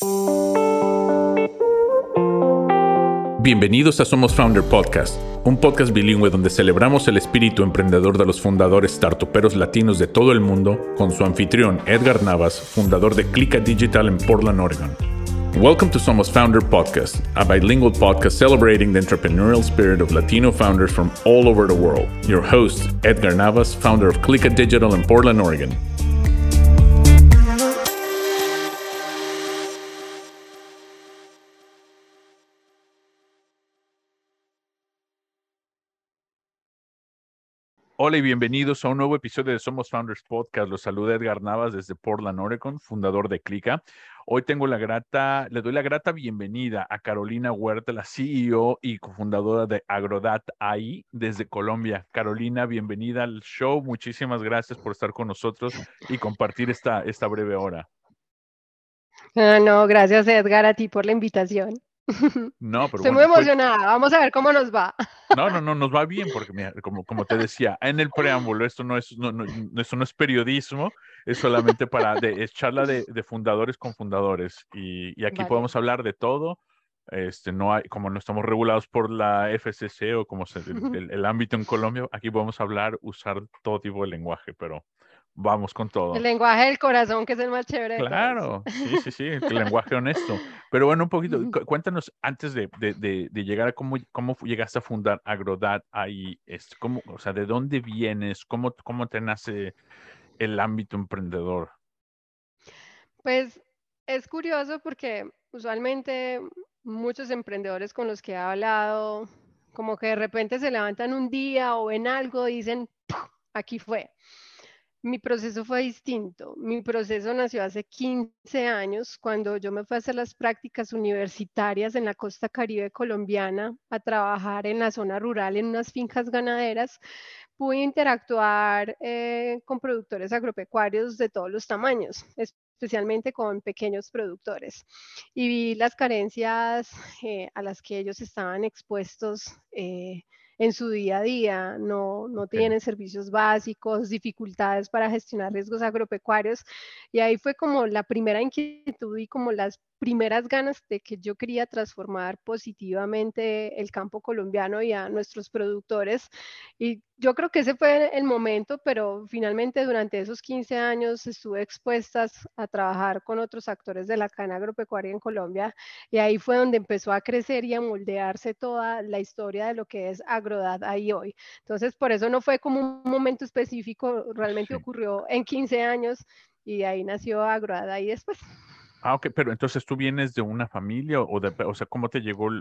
Bienvenidos a Somos Founder Podcast, un podcast bilingüe donde celebramos el espíritu emprendedor de los fundadores startuperos latinos de todo el mundo, con su anfitrión Edgar Navas, fundador de Clica Digital en Portland, Oregon. Welcome to Somos Founder Podcast, a bilingual podcast celebrating the entrepreneurial spirit of Latino founders from all over the world. Your host, Edgar Navas, founder of Clica Digital in Portland, Oregon. Hola y bienvenidos a un nuevo episodio de Somos Founders Podcast. Los saluda Edgar Navas desde Portland, Oregon, fundador de Clica. Hoy le doy la grata bienvenida a Carolina Huerta, la CEO y cofundadora de Agrodat AI desde Colombia. Carolina, bienvenida al show. Muchísimas gracias por estar con nosotros y compartir esta breve hora. No, gracias Edgar a ti por la invitación. No, pero Estoy muy emocionada. Vamos a ver cómo nos va. No, nos va bien porque, mira, como te decía, en el preámbulo, esto no es periodismo, es solamente es charla de fundadores con fundadores y aquí Vale. podemos hablar de todo. Como no estamos regulados por la FCC o como el ámbito en Colombia, aquí podemos usar todo tipo de lenguaje, pero vamos con todo. El lenguaje del corazón, que es el más chévere de Claro, todos. sí, el lenguaje honesto. Pero bueno, un poquito, cuéntanos antes de llegar a cómo llegaste a fundar Agrodat ahí, o sea, ¿de dónde vienes? ¿Cómo te nace el ámbito emprendedor? Pues es curioso porque usualmente muchos emprendedores con los que he hablado, como que de repente se levantan un día o ven algo y dicen, "Puf, aquí fue". Mi proceso fue distinto. Mi proceso nació hace 15 años, cuando yo me fui a hacer las prácticas universitarias en la costa caribe colombiana, a trabajar en la zona rural, en unas fincas ganaderas. Pude interactuar con productores agropecuarios de todos los tamaños, especialmente con pequeños productores. Y vi las carencias a las que ellos estaban expuestos en su día a día. No tienen servicios básicos, dificultades para gestionar riesgos agropecuarios. Y ahí fue como la primera inquietud y como las primeras ganas de que yo quería transformar positivamente el campo colombiano y a nuestros productores. Y yo creo que ese fue el momento, pero finalmente durante esos 15 años estuve expuesta a trabajar con otros actores de la cadena agropecuaria en Colombia, y ahí fue donde empezó a crecer y a moldearse toda la historia de lo que es Agrodat ahí hoy. Entonces, por eso no fue como un momento específico, realmente ocurrió en 15 años y de ahí nació Agrodat ahí después. Ah, ok, pero entonces tú vienes de una familia o sea, ¿cómo te llegó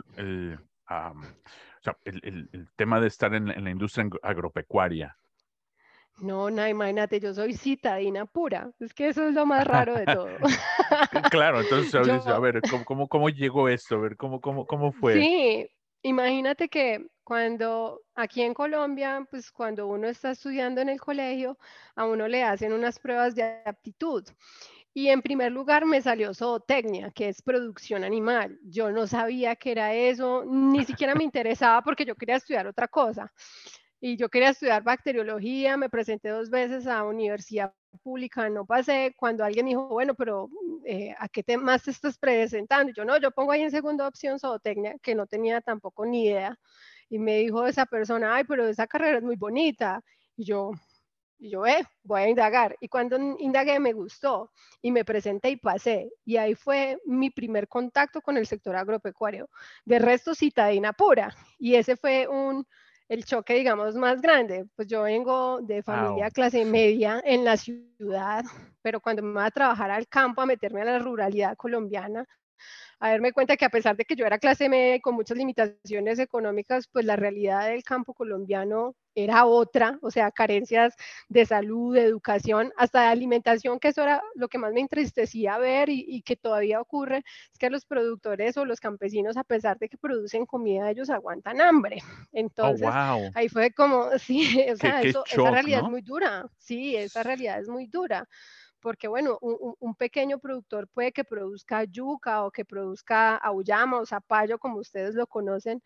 el tema de estar en la industria agropecuaria? No, imagínate, yo soy citadina pura. Es que eso es lo más raro de todo. Claro, entonces, a Yo, ver, ¿cómo llegó esto? A ver, ¿cómo fue? sí, imagínate que cuando aquí en Colombia, pues cuando uno está estudiando en el colegio, a uno le hacen unas pruebas de aptitud. Y en primer lugar me salió zootecnia, que es producción animal. Yo no sabía qué era eso, ni siquiera me interesaba porque yo quería estudiar otra cosa. Y yo quería estudiar bacteriología, me presenté 2 veces a universidad pública, no pasé. Cuando alguien dijo, bueno, pero ¿a qué más te estás presentando? Y yo no, yo pongo ahí en segunda opción zootecnia, que no tenía tampoco ni idea. Y me dijo esa persona, ay, pero esa carrera es muy bonita. Y yo, voy a indagar. Y cuando indagué me gustó y me presenté y pasé. Y ahí fue mi primer contacto con el sector agropecuario. De resto, citadina pura. Y ese fue el choque, digamos, más grande. Pues yo vengo de familia clase media en la ciudad, pero cuando me voy a trabajar al campo, a meterme a la ruralidad colombiana, a darme cuenta que a pesar de que yo era clase media y con muchas limitaciones económicas, pues la realidad del campo colombiano era otra, o sea, carencias de salud, de educación, hasta de alimentación, que eso era lo que más me entristecía ver y que todavía ocurre, es que los productores o los campesinos, a pesar de que producen comida, ellos aguantan hambre. Oh, Entonces, wow. ahí fue como, sí, o sea, Qué esa shock, realidad es ¿no? muy dura, sí, esa realidad es muy dura porque bueno, un pequeño productor puede que produzca yuca o que produzca auyama o zapallo, como ustedes lo conocen,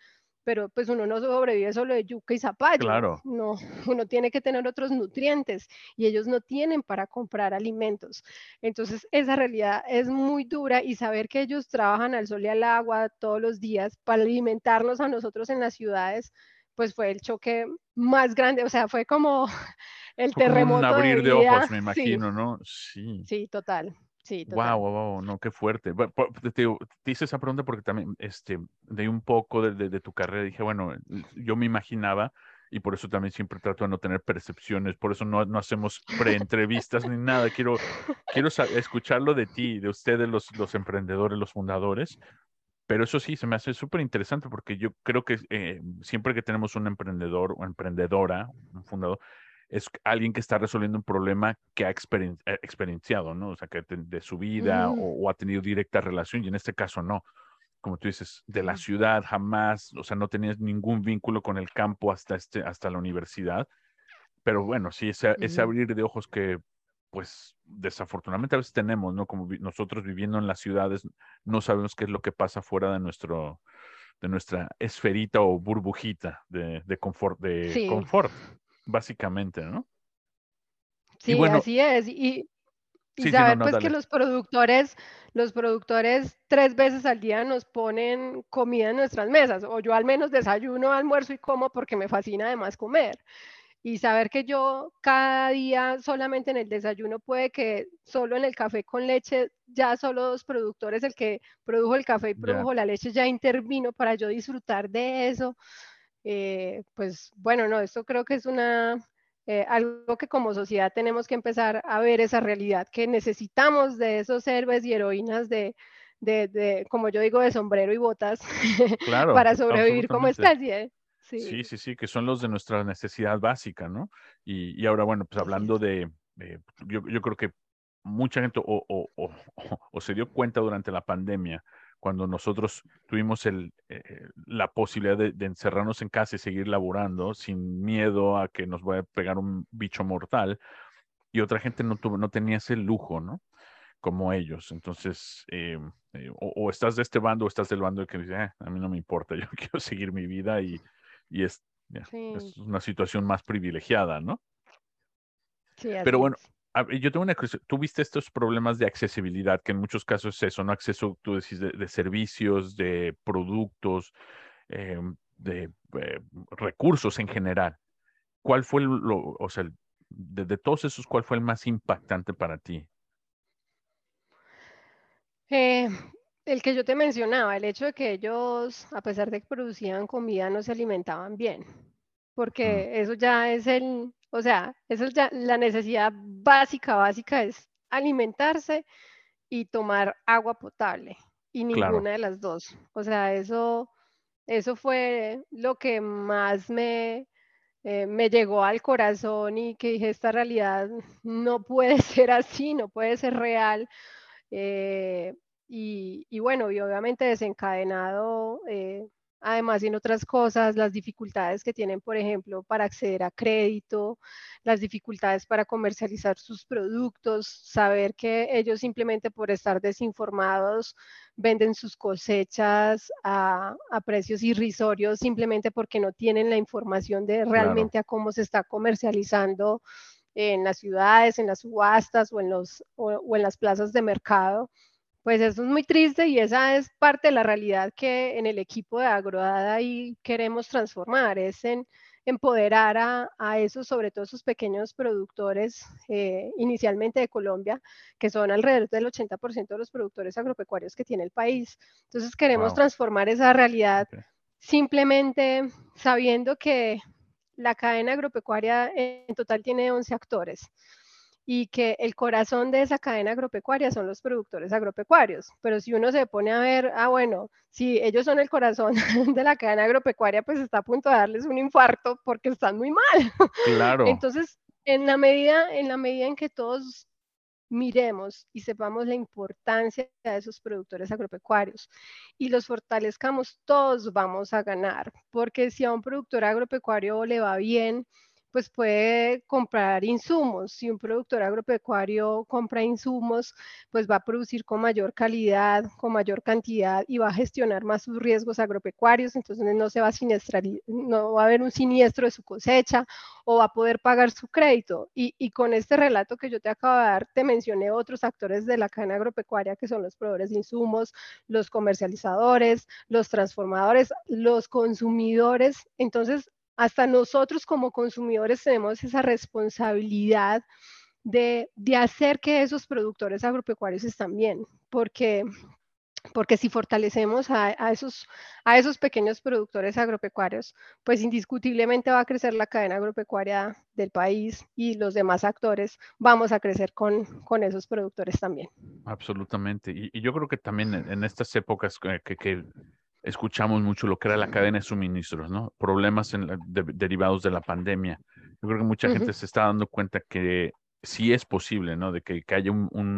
pero pues uno no sobrevive solo de yuca y zapallo, Claro. no, uno tiene que tener otros nutrientes y ellos no tienen para comprar alimentos. Entonces esa realidad es muy dura y saber que ellos trabajan al sol y al agua todos los días para alimentarnos a nosotros en las ciudades, pues fue el choque más grande, o sea, fue como el Fue como un terremoto de abrir de ojos, vida, me sí, imagino, ¿no? Sí. sí, total, sí, Wow, total. wow, wow, no, qué fuerte. Te hice esa pregunta porque también, de un poco de tu carrera, dije, bueno, yo me imaginaba, y por eso también siempre trato de no tener percepciones, por eso no hacemos preentrevistas ni nada. Quiero escucharlo de ti, de ustedes, los emprendedores, los fundadores, pero eso sí, se me hace súper interesante porque yo creo que siempre que tenemos un emprendedor o emprendedora, un fundador, es alguien que está resolviendo un problema que ha experienciado, ¿no? O sea, de su vida Mm, o ha tenido directa relación y en este caso no. Como tú dices, de la sí. ciudad jamás, o sea, no tenías ningún vínculo con el campo hasta la universidad. Pero bueno, sí, ese Ujú. abrir de ojos que, pues, desafortunadamente a veces tenemos, ¿no? Como nosotros viviendo en las ciudades, no sabemos qué es lo que pasa fuera de nuestra esferita o burbujita de Sí, confort, básicamente, ¿no? Y sí, bueno, así es. Y sí, sí, no, saber no, pues que dale. los productores 3 veces al día nos ponen comida en nuestras mesas, o yo al menos desayuno, almuerzo y como porque me fascina además comer. Y saber que yo cada día solamente en el desayuno puede que solo en el café con leche, ya solo 2 productores, el que produjo el café y Ya, produjo la leche ya intervino para yo disfrutar de eso. Pues bueno, no, esto creo que es algo que como sociedad tenemos que empezar a ver esa realidad, que necesitamos de esos héroes y heroínas como yo digo, de sombrero y botas claro, para sobrevivir como absolutamente. especie. Sí, Sí, sí, sí, que son los de nuestra necesidad básica, ¿no? Y ahora, bueno, pues así hablando es. yo creo que mucha gente o se dio cuenta durante la pandemia, cuando nosotros tuvimos la posibilidad de encerrarnos en casa y seguir laborando sin miedo a que nos vaya a pegar un bicho mortal, y otra gente no tenía ese lujo, ¿no? Como ellos. Entonces, o estás de este bando o estás del bando de que dice, a mí no me importa, yo quiero seguir mi vida y ya, Sí, es una situación más privilegiada, ¿no? sí, Pero así bueno, es. yo tengo una curiosidad. Tú viste estos problemas de accesibilidad, que en muchos casos es eso, ¿no? Acceso, tú decís, de servicios, de productos, eh, de recursos en general. ¿Cuál fue o sea, de todos esos, cuál fue el más impactante para ti? Eh, el que yo te mencionaba, el hecho de que ellos, a pesar de que producían comida, no se alimentaban bien, Mm, porque eso ya es o sea, eso ya, la necesidad básica, básica es alimentarse y tomar agua potable, y claro, ninguna de las dos. O sea, eso fue lo que más me llegó al corazón y que dije, esta realidad no puede ser así, no puede ser real. eh, y bueno, y obviamente desencadenado, además en otras cosas, las dificultades que tienen, por ejemplo, para acceder a crédito, las dificultades para comercializar sus productos, saber que ellos simplemente por estar desinformados venden sus cosechas a precios irrisorios simplemente porque no tienen la información de claro, realmente a cómo se está comercializando en las ciudades, en las subastas o en las plazas de mercado. Pues eso es muy triste y esa es parte de la realidad que en el equipo de Agrodada ahí queremos transformar, es en empoderar a esos, sobre todo esos pequeños productores, inicialmente de Colombia, que son alrededor del 80% de los productores agropecuarios que tiene el país. Entonces queremos wow. transformar esa realidad simplemente sabiendo que la cadena agropecuaria en total tiene 11 actores y que el corazón de esa cadena agropecuaria son los productores agropecuarios. Pero si uno se pone a ver, bueno, si ellos son el corazón de la cadena agropecuaria, pues está a punto de darles un infarto porque están muy mal. Claro, Entonces, en la medida en que todos miremos y sepamos la importancia de esos productores agropecuarios y los fortalezcamos, todos vamos a ganar, porque si a un productor agropecuario le va bien, pues puede comprar insumos. Si un productor agropecuario compra insumos, pues va a producir con mayor calidad, con mayor cantidad y va a gestionar más sus riesgos agropecuarios, entonces no se va a no va a haber un siniestro de su cosecha o va a poder pagar su crédito. Y con este relato que yo te acabo de dar, te mencioné otros actores de la cadena agropecuaria que son los proveedores de insumos, los comercializadores, los transformadores, los consumidores. Entonces, hasta nosotros como consumidores tenemos esa responsabilidad de hacer que esos productores agropecuarios estén bien, porque si fortalecemos a esos pequeños productores agropecuarios, pues indiscutiblemente va a crecer la cadena agropecuaria del país y los demás actores vamos a crecer con esos productores también. Absolutamente. Y yo creo que también en estas épocas que escuchamos mucho lo que era la cadena de suministros, ¿no? Problemas derivados de la pandemia. Yo creo que mucha gente se está dando cuenta que sí es posible, ¿no? De que haya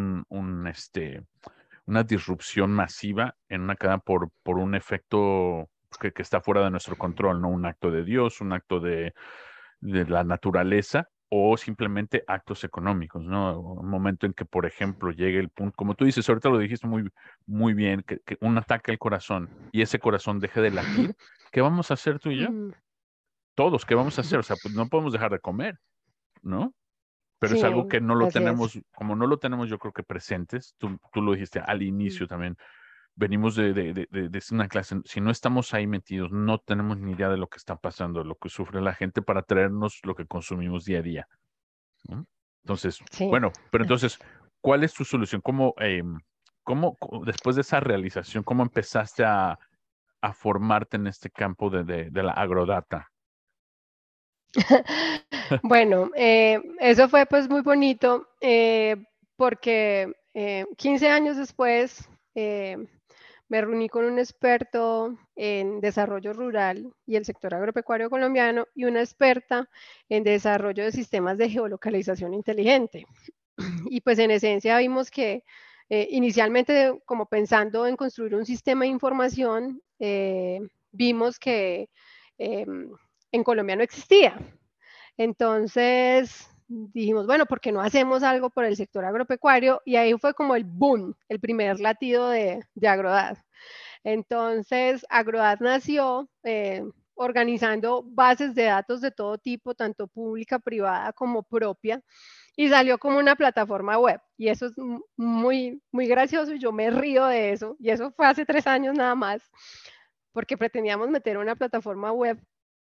una disrupción masiva en una cadena por un efecto que está fuera de nuestro control, ¿no? Un acto de Dios, un acto de la naturaleza o simplemente actos económicos, ¿no? Un momento en que, por ejemplo, llegue el punto, como tú dices, ahorita lo dijiste muy bien, que un ataque al corazón y ese corazón deje de latir, ¿qué vamos a hacer tú y yo? Todos, ¿qué vamos a hacer? O sea, pues no podemos dejar de comer, ¿no? Pero es Sí, algo que no lo así es. tenemos, como no lo tenemos yo creo que presentes, tú lo dijiste al inicio también, venimos de una clase, si no estamos ahí metidos, no tenemos ni idea de lo que está pasando, lo que sufre la gente para traernos lo que consumimos día a día, ¿no? Entonces, Sí. bueno, pero entonces, ¿cuál es tu solución? Después de esa realización, cómo empezaste a formarte en este campo de la agrodata? Bueno, eso fue pues muy bonito porque 15 años después eh, me reuní con un experto en desarrollo rural y el sector agropecuario colombiano y una experta en desarrollo de sistemas de geolocalización inteligente. Y pues en esencia vimos que inicialmente como pensando en construir un sistema de información, vimos que en Colombia no existía. Entonces dijimos, bueno, ¿por qué no hacemos algo por el sector agropecuario? Y ahí fue como el boom, el primer latido de Agrodad. Entonces, Agrodad nació organizando bases de datos de todo tipo, tanto pública, privada como propia, y salió como una plataforma web. Y eso es muy, muy gracioso y yo me río de eso. Y eso fue hace 3 años nada más, porque pretendíamos meter una plataforma web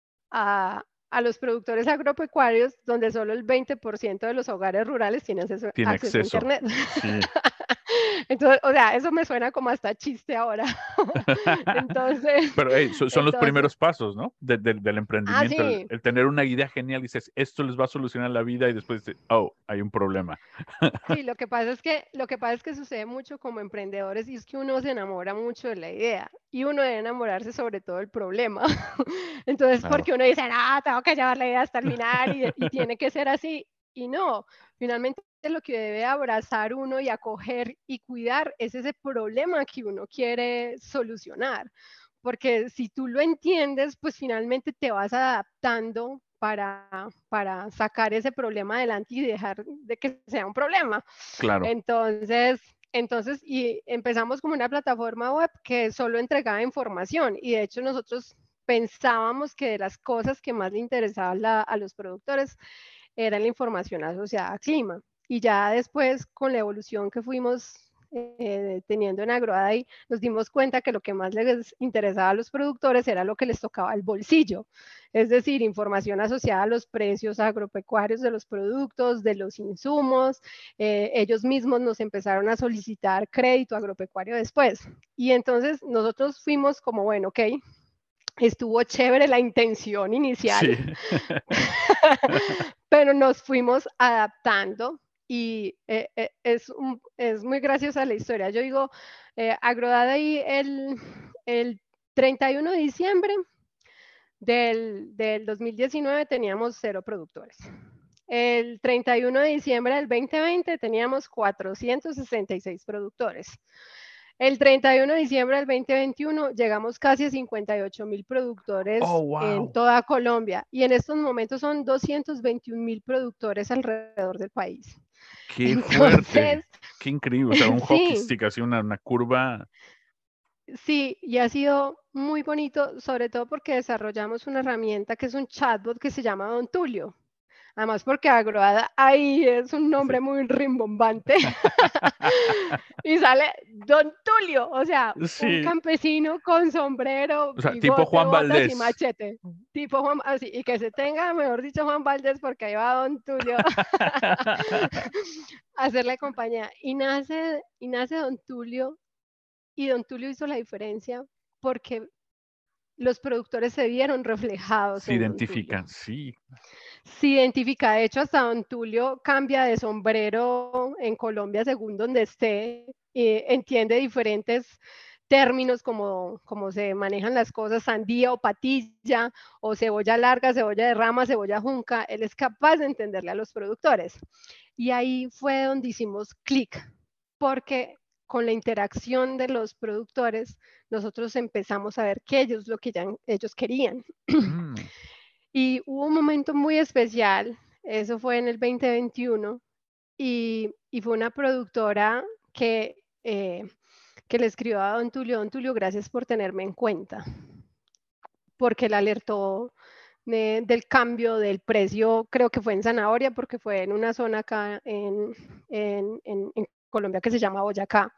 a los productores agropecuarios, donde solo el 20% de los hogares rurales tienen Tiene acceso a acceso. Internet. Sí. Entonces, o sea, eso me suena como hasta chiste ahora. Entonces, Pero hey, son los entonces, primeros pasos, ¿no? Del emprendimiento, sí, el tener una idea genial, dices, esto les va a solucionar la vida y después dices, oh, hay un problema. sí, lo que pasa es que sucede mucho como emprendedores y es que uno se enamora mucho de la idea y uno debe enamorarse sobre todo del problema. Entonces, Claro, porque uno dice, no, tengo que llevar la idea hasta el final y tiene que ser así. Y no, finalmente lo que debe abrazar uno y acoger y cuidar es ese problema que uno quiere solucionar. Porque si tú lo entiendes, pues finalmente te vas adaptando para sacar ese problema adelante y dejar de que sea un problema. claro. Entonces, y empezamos como una plataforma web que solo entregaba información y de hecho nosotros pensábamos que de las cosas que más le interesaban a los productores era la información asociada a clima. Y ya después, con la evolución que fuimos teniendo en Agroada, nos dimos cuenta que lo que más les interesaba a los productores era lo que les tocaba el bolsillo, es decir, información asociada a los precios agropecuarios de los productos, de los insumos. Ellos mismos nos empezaron a solicitar crédito agropecuario después. Y entonces nosotros fuimos como, bueno, ok, estuvo chévere la intención inicial, Sí. pero nos fuimos adaptando y es muy graciosa la historia. Yo digo, Agrodada ahí el 31 de diciembre del 2019 teníamos 0 productores. El 31 de diciembre del 2020 teníamos 466 productores. El 31 de diciembre del 2021 llegamos casi a 58.000 productores Oh, en wow. toda Colombia y en estos momentos son 221.000 productores alrededor del país. Qué fuerte. Entonces, Qué increíble. O sea, un hockey sí, stick, así una curva. sí, y ha sido muy bonito, sobre todo porque desarrollamos una herramienta que es un chatbot que se llama Don Tulio. Además, porque Agroada ahí es un Sí. nombre muy rimbombante. Y sale Don Tulio, o sea, un Sí. campesino con sombrero, O sea, tipo bigote, Juan botas y Valdés. machete. Tipo Juan, así, y que se tenga, mejor dicho, Juan Valdés, porque ahí va Don Tulio a hacerle compañía. Y nace Don Tulio, y Don Tulio hizo la diferencia porque los productores se vieron reflejados Se en Don Tulio. identifican, sí. Se identifica, de hecho, hasta Don Tulio cambia de sombrero en Colombia según donde esté, entiende diferentes términos como se manejan las cosas, sandía o patilla, o cebolla larga, cebolla de rama, cebolla junca, él es capaz de entenderle a los productores. Y ahí fue donde hicimos clic, porque con la interacción de los productores, nosotros empezamos a ver que ellos lo que ellos querían. Mm, Y hubo un momento muy especial, eso fue en el 2021, y fue una productora que le escribió a Don Tulio, gracias por tenerme en cuenta, porque le alertó del cambio del precio, creo que fue en zanahoria, porque fue en una zona acá en Colombia que se llama Boyacá.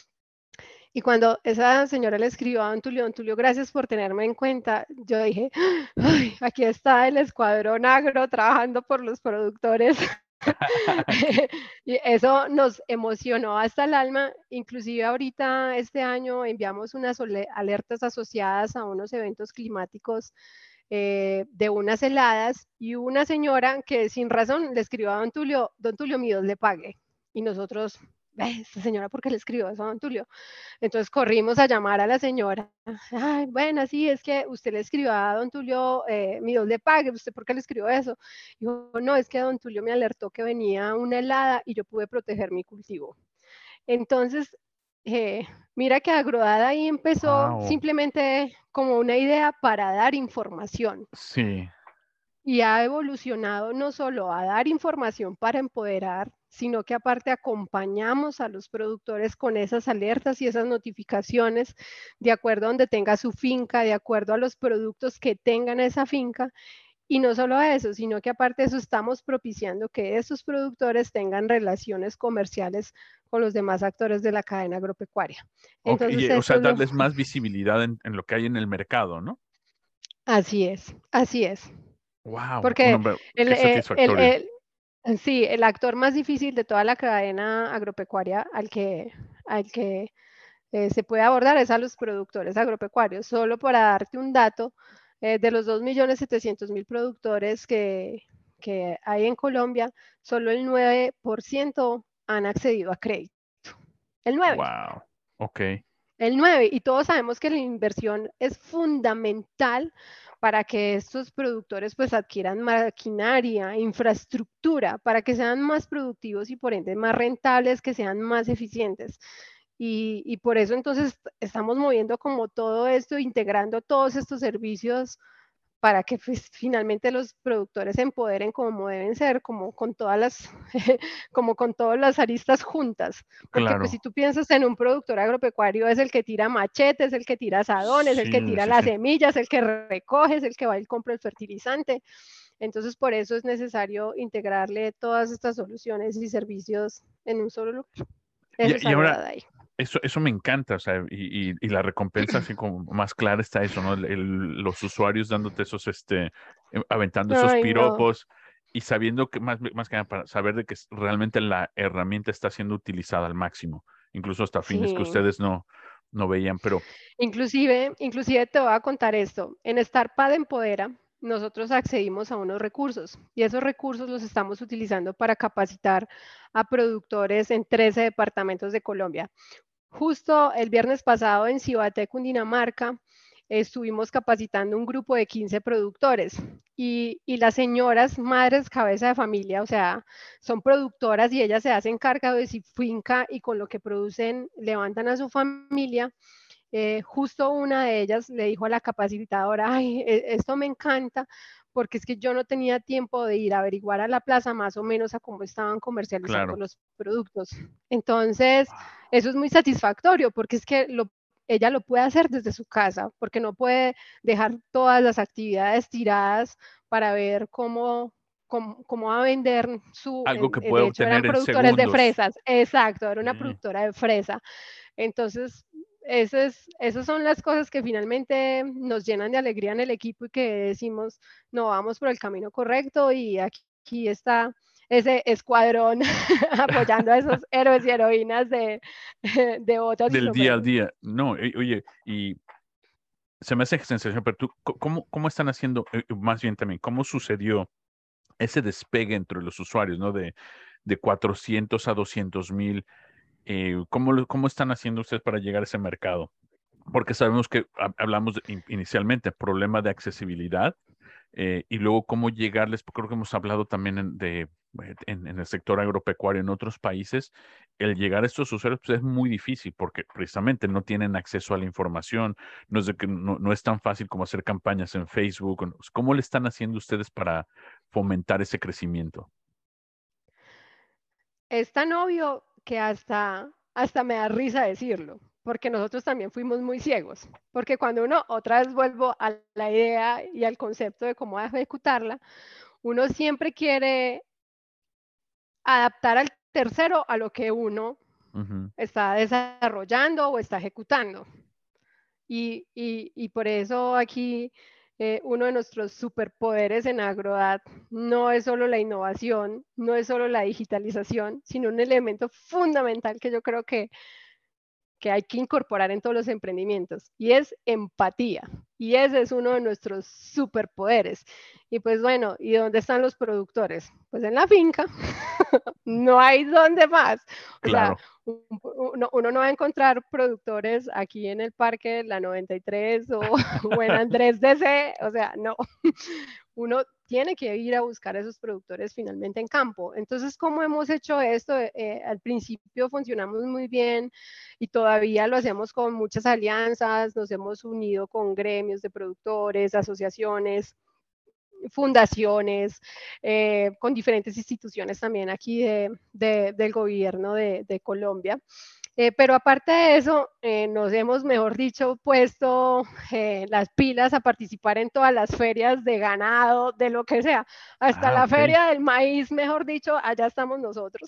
Y cuando esa señora le escribió a Don Tulio, gracias por tenerme en cuenta, yo dije, ay, aquí está el escuadrón agro trabajando por los productores. qué- Y eso nos emocionó hasta el alma. Inclusive ahorita este año enviamos unas alertas asociadas a unos eventos climáticos de unas heladas y una señora que sin razón le escribió a Don Tulio, mi Dios le pague. Y nosotros, esta señora, ¿por qué le escribió eso a Don Tulio? Entonces corrimos a llamar a la señora. Ay, bueno, sí, es que usted le escribió a Don Tulio, mi Dios le pague, ¿usted por qué le escribió eso? Dijo, no, es que Don Tulio me alertó que venía una helada y yo pude proteger mi cultivo. Entonces, mira que Agrodada ahí empezó Wow. simplemente como una idea para dar información Sí, y ha evolucionado no solo a dar información para empoderar, sino que aparte acompañamos a los productores con esas alertas y esas notificaciones de acuerdo a donde tenga su finca, de acuerdo a los productos que tengan esa finca. Y no solo eso, sino que aparte de eso estamos propiciando que esos productores tengan relaciones comerciales con los demás actores de la cadena agropecuaria. ok, Entonces, o esto sea, es lo, darles más visibilidad en lo que hay en el mercado, ¿no? así es, así es. Wow, Porque el, qué el, el, satisfactorio. el, sí, el actor más difícil de toda la cadena agropecuaria al que se puede abordar es a los productores agropecuarios. Solo para darte un dato, de los 2.700.000 productores que hay en Colombia, solo el 9% han accedido a crédito. El 9%. Wow, ok, El 9, y todos sabemos que la inversión es fundamental para que estos productores pues adquieran maquinaria, infraestructura, para que sean más productivos y por ende más rentables, que sean más eficientes. Y por eso entonces estamos moviendo como todo esto, integrando todos estos servicios para que pues, finalmente los productores se empoderen como deben ser, como con todas las, como con todas las aristas juntas. Porque pues si claro. tú piensas en un productor agropecuario es el que tira machetes, el que tira asadones, el que Sí, tira sí, las sí. semillas, el que recoge, es el que va y compra el fertilizante. Entonces por eso es necesario integrarle todas estas soluciones y servicios en un solo lugar. Eso es Y ahora, Agrodada ahí. eso me encanta, o sea, y la recompensa así como más clara está eso, ¿no? Los usuarios dándote esos, aventando esos Ay, no. piropos y sabiendo que más que nada para saber de que realmente la herramienta está siendo utilizada al máximo, incluso hasta fines que Sí. ustedes no veían, pero Inclusive te voy a contar esto. En Starpad Empodera, nosotros accedimos a unos recursos y esos recursos los estamos utilizando para capacitar a productores en 13 departamentos de Colombia. Justo el viernes pasado en Cibaté, Cundinamarca, estuvimos capacitando un grupo de 15 productores y las señoras, madres, cabeza de familia, o sea, son productoras y ellas se hacen cargo de su finca y con lo que producen levantan a su familia. Justo una de ellas le dijo a la capacitadora, ay, esto me encanta, porque es que yo no tenía tiempo de ir a averiguar a la plaza más o menos a cómo estaban comercializando Claro. los productos. Entonces, eso es muy satisfactorio, porque es que ella lo puede hacer desde su casa, porque no puede dejar todas las actividades tiradas para ver cómo va a vender Algo que puede de hecho eran obtener en productores de segundos. fresas, exacto, era una Sí. productora de fresa. Entonces, esas son las cosas que finalmente nos llenan de alegría en el equipo y que decimos, no, vamos por el camino correcto y aquí está ese escuadrón apoyando a esos héroes y heroínas de botas y Del día al sombreros. día. No, oye, y se me hace sensación, pero tú, ¿cómo están haciendo, más bien también, cómo sucedió ese despegue entre los usuarios, ¿no? De 400 a 200,000, ¿cómo están haciendo ustedes para llegar a ese mercado? Porque sabemos que hablamos inicialmente, problema de accesibilidad, y luego cómo llegarles, porque creo que hemos hablado también en el sector agropecuario en otros países, el llegar a estos usuarios pues, es muy difícil porque precisamente no tienen acceso a la información, no es, no es tan fácil como hacer campañas en Facebook. ¿Cómo le están haciendo ustedes para fomentar ese crecimiento? Es tan obvio que hasta me da risa decirlo, porque nosotros también fuimos muy ciegos, porque cuando uno, otra vez vuelvo a la idea y al concepto de cómo ejecutarla, uno siempre quiere adaptar al tercero a lo que uno Ujú. está desarrollando o está ejecutando. Y por eso aquí uno de nuestros superpoderes en AgroDat no es solo la innovación, no es solo la digitalización, sino un elemento fundamental que yo creo que hay que incorporar en todos los emprendimientos y es empatía. Y ese es uno de nuestros superpoderes. Y pues bueno, ¿y dónde están los productores? Pues en la finca, no hay dónde más. O sea, Claro. uno no va a encontrar productores aquí en el Parque La 93 o en Andrés DC, o sea, no. Uno tiene que ir a buscar a esos productores finalmente en campo. Entonces, ¿cómo hemos hecho esto? Al principio funcionamos muy bien y todavía lo hacemos con muchas alianzas, nos hemos unido con gremios de productores, asociaciones, fundaciones, con diferentes instituciones también aquí del gobierno de Colombia. Pero aparte de eso, nos hemos, mejor dicho, puesto las pilas a participar en todas las ferias de ganado, de lo que sea. Hasta Ah, la ok. feria del maíz, mejor dicho, allá estamos nosotros,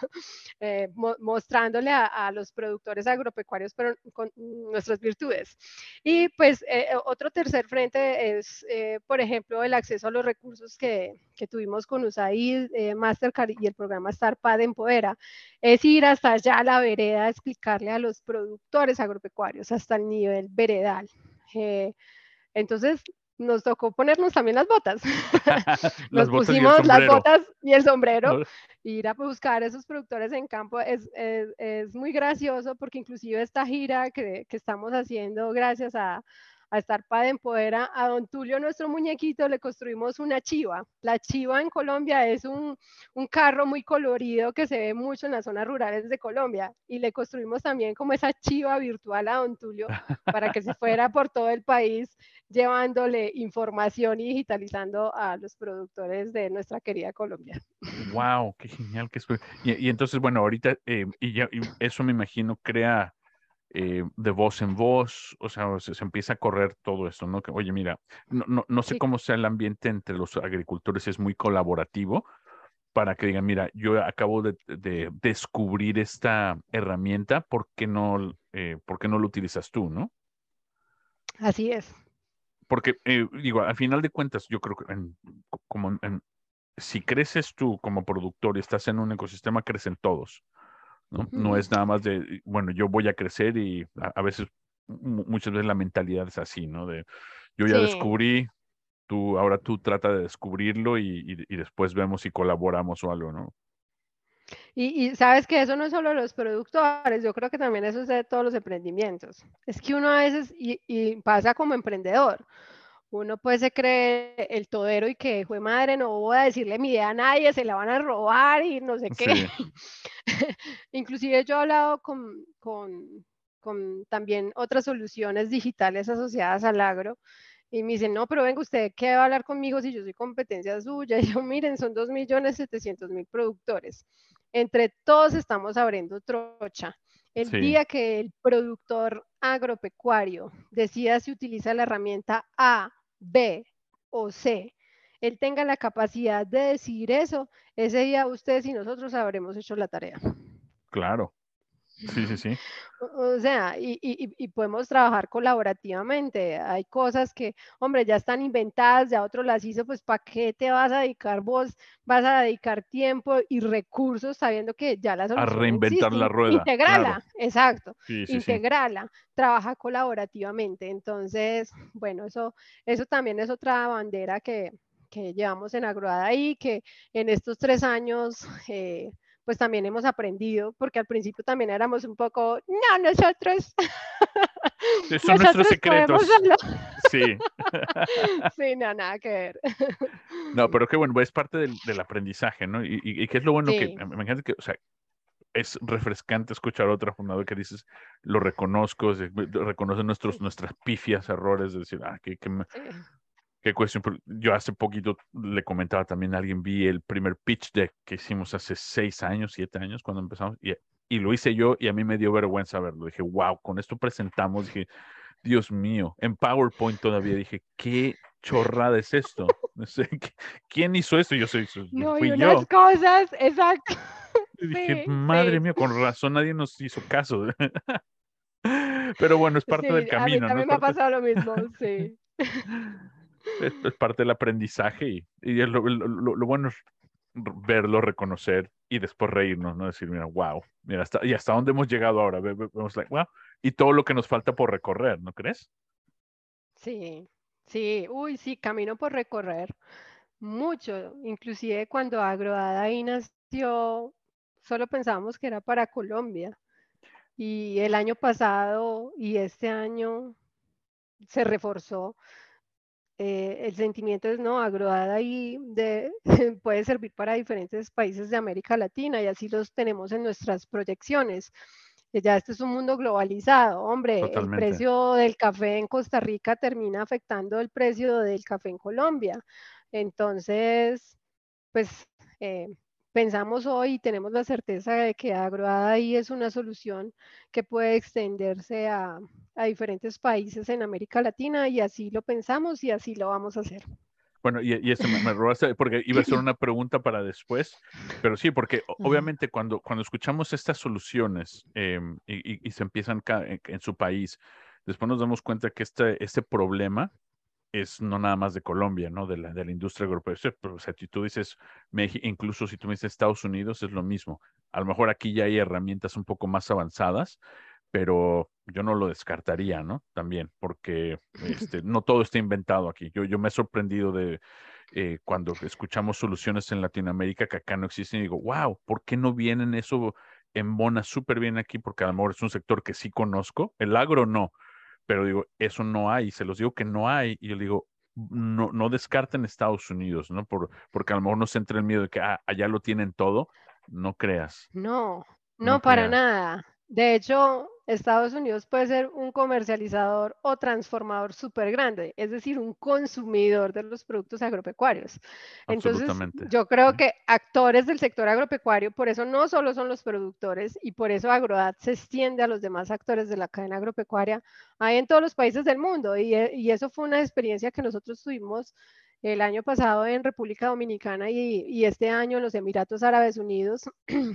mostrándole a los productores agropecuarios pero con nuestras virtudes. Y pues otro tercer frente es, por ejemplo, el acceso a los recursos que tuvimos con USAID, Mastercard y el programa StarPad Empodera. Es ir hasta allá a la vereda a explicarle a los productores agropecuarios hasta el nivel veredal. Eh, entonces, nos tocó ponernos también las botas. Las Nos botas y el pusimos las sombrero. botas y el sombrero, ir a buscar a esos productores en campo es muy gracioso porque inclusive esta gira que estamos haciendo gracias a estar para Empodera, a don Tulio, nuestro muñequito, le construimos una chiva. La chiva en Colombia es un carro muy colorido que se ve mucho en las zonas rurales de Colombia y le construimos también como esa chiva virtual a don Tulio para que se fuera por todo el país llevándole información y digitalizando a los productores de nuestra querida Colombia. Wow, qué genial que es. Y entonces, bueno, ahorita, y eso me imagino crea de voz en voz, o sea, se empieza a correr todo esto, ¿no? Que, oye, mira, no sé Sí, cómo sea el ambiente entre los agricultores, es muy colaborativo para que digan, mira, yo acabo de descubrir esta herramienta, por qué no lo utilizas tú, ¿no? así es. Porque, digo, al final de cuentas, yo creo que como si creces tú como productor y estás en un ecosistema, crecen todos, ¿no? No Ujú. es nada más de, bueno, yo voy a crecer y a veces, muchas veces la mentalidad es así, ¿no? De, yo ya Sí, descubrí, ahora tú trata de descubrirlo y después vemos si colaboramos o algo, ¿no? Y sabes que eso no es solo los productores, yo creo que también eso es de todos los emprendimientos. Es que uno a veces, y pasa como emprendedor, uno pues se cree el todero y que, fue madre, no voy a decirle mi idea a nadie, se la van a robar y no sé qué. Sí, Inclusive yo he hablado con también otras soluciones digitales asociadas al agro y me dicen, no, pero venga, ¿usted qué va a hablar conmigo si yo soy competencia suya? Y yo, miren, son 2.700.000 productores. Entre todos estamos abriendo trocha. El sí, día que el productor agropecuario decida si utiliza la herramienta A, B o C, él tenga la capacidad de decidir eso, ese día ustedes y nosotros habremos hecho la tarea. claro. Sí, sí, sí. O sea, y podemos trabajar colaborativamente. Hay cosas que, hombre, ya están inventadas, ya otro las hizo, pues ¿para qué te vas a dedicar vos? Vas a dedicar tiempo y recursos sabiendo que ya la A solución reinventar existe. la rueda, claro. Integrala, exacto, Sí, sí, sí. integrala, trabaja colaborativamente. Entonces, bueno, eso también es otra bandera que llevamos en Agroada y que en estos 3 años pues también hemos aprendido, porque al principio también éramos un poco, no, nosotros, Son nuestros nosotros podemos secretos. solo. Sí. Sí, no, nada que ver. No, pero qué bueno, es parte del aprendizaje, ¿no? Y qué es lo bueno que, Sí, me encanta que, o sea, es refrescante escuchar a otro fundador que dices, lo reconozco, reconoce nuestras pifias, errores, de decir, sí. qué cuestión. Yo hace poquito le comentaba también a alguien, vi el primer pitch deck que hicimos hace 6 años, 7 años, cuando empezamos, y lo hice yo y a mí me dio vergüenza verlo. Dije, wow, con esto presentamos, dije, Dios mío, en PowerPoint todavía dije, ¿qué chorrada es esto? No sé, ¿quién hizo esto? No, y Fui unas yo. cosas, exacto. Y dije, Sí, madre sí, mía, con razón nadie nos hizo caso. Pero bueno, es parte del sí, a mí camino, ¿no? también me ha pasado lo mismo, sí. Es parte del aprendizaje y lo bueno es verlo, reconocer y después reírnos, ¿no? Decir, mira, wow, mira, hasta dónde hemos llegado ahora. Vemos, like, wow, y todo lo que nos falta por recorrer, ¿no crees? Sí, sí, uy, sí, camino por recorrer, mucho. Inclusive cuando Agroada ahí nació, solo pensábamos que era para Colombia. Y el año pasado y este año se reforzó el sentimiento es, no, Agroada y puede servir para diferentes países de América Latina y así los tenemos en nuestras proyecciones. Ya este es un mundo globalizado. Hombre, el Totalmente. precio del café en Costa Rica termina afectando el precio del café en Colombia. Entonces, pues eh, pensamos hoy y tenemos la certeza de que Agroada ahí es una solución que puede extenderse a diferentes países en América Latina y así lo pensamos y así lo vamos a hacer. Bueno, y eso me robaste, porque iba a ser una pregunta para después, pero sí, porque obviamente cuando escuchamos estas soluciones y se empiezan en su país, después nos damos cuenta que este problema es no nada más de Colombia, ¿no? De la industria agropecuaria. Pero, o sea, si tú dices México, incluso si tú me dices Estados Unidos, es lo mismo. A lo mejor aquí ya hay herramientas un poco más avanzadas, pero yo no lo descartaría, ¿no? También, porque no todo está inventado aquí. Yo me he sorprendido de cuando escuchamos soluciones en Latinoamérica que acá no existen y digo, wow, ¿por qué no vienen eso embona súper bien aquí? Porque a lo mejor es un sector que sí conozco, el agro no, pero digo, eso no hay, se los digo que no hay, y yo digo, no descarten Estados Unidos, ¿no? Porque a lo mejor nos entra el miedo de que allá lo tienen todo, no creas, No, no no para creas. nada. De hecho, Estados Unidos puede ser un comercializador o transformador súper grande, es decir, un consumidor de los productos agropecuarios. Entonces, Absolutamente. yo creo ¿Sí? que actores del sector agropecuario, por eso no solo son los productores y por eso Agrodat se extiende a los demás actores de la cadena agropecuaria, hay en todos los países del mundo y eso fue una experiencia que nosotros tuvimos el año pasado en República Dominicana y este año en los Emiratos Árabes Unidos,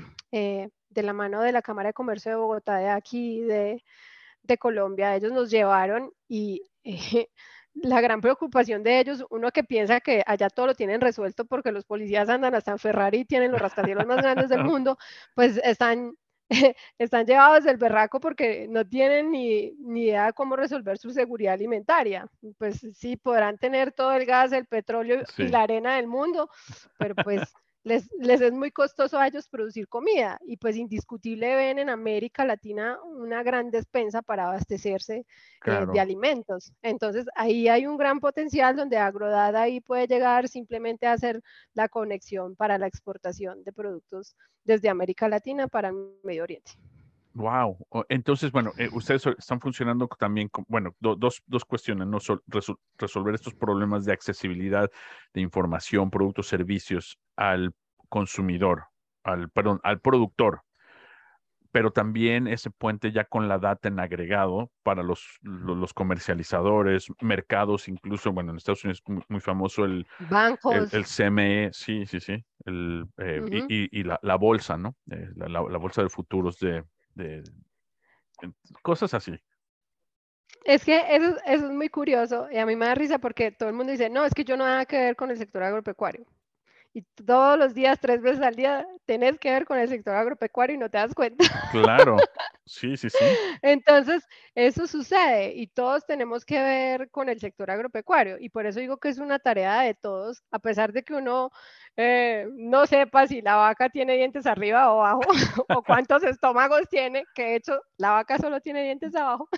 de la mano de la Cámara de Comercio de Bogotá, de aquí, de Colombia, ellos nos llevaron y la gran preocupación de ellos, uno que piensa que allá todo lo tienen resuelto porque los policías andan hasta en Ferrari y tienen los rascacielos más grandes del mundo, pues están llevados del berraco porque no tienen ni idea de cómo resolver su seguridad alimentaria. Pues sí, podrán tener todo el gas, el petróleo y Sí, la arena del mundo, pero pues les es muy costoso a ellos producir comida y pues indiscutible ven en América Latina una gran despensa para abastecerse de Claro. alimentos. Entonces ahí hay un gran potencial donde Agrodata ahí puede llegar simplemente a hacer la conexión para la exportación de productos desde América Latina para el Medio Oriente. Wow. Entonces, bueno, ustedes están funcionando también con, bueno, dos cuestiones, ¿no? Resolver estos problemas de accesibilidad de información, productos, servicios al consumidor, perdón, al productor, pero también ese puente ya con la data en agregado para los comercializadores, mercados, incluso, bueno, en Estados Unidos es muy famoso el Bancos. CME, sí, sí, sí, Uh-huh. y la bolsa, ¿no? La bolsa de futuros de cosas así. Es que eso es muy curioso y a mí me da risa porque todo el mundo dice, no, es que yo no nada que ver con el sector agropecuario. Y todos los días, 3 veces al día, tenés que ver con el sector agropecuario y no te das cuenta. Claro, sí, sí, sí, Entonces, eso sucede y todos tenemos que ver con el sector agropecuario y por eso digo que es una tarea de todos, a pesar de que uno no sepa si la vaca tiene dientes arriba o abajo o cuántos estómagos tiene, que de hecho la vaca solo tiene dientes abajo.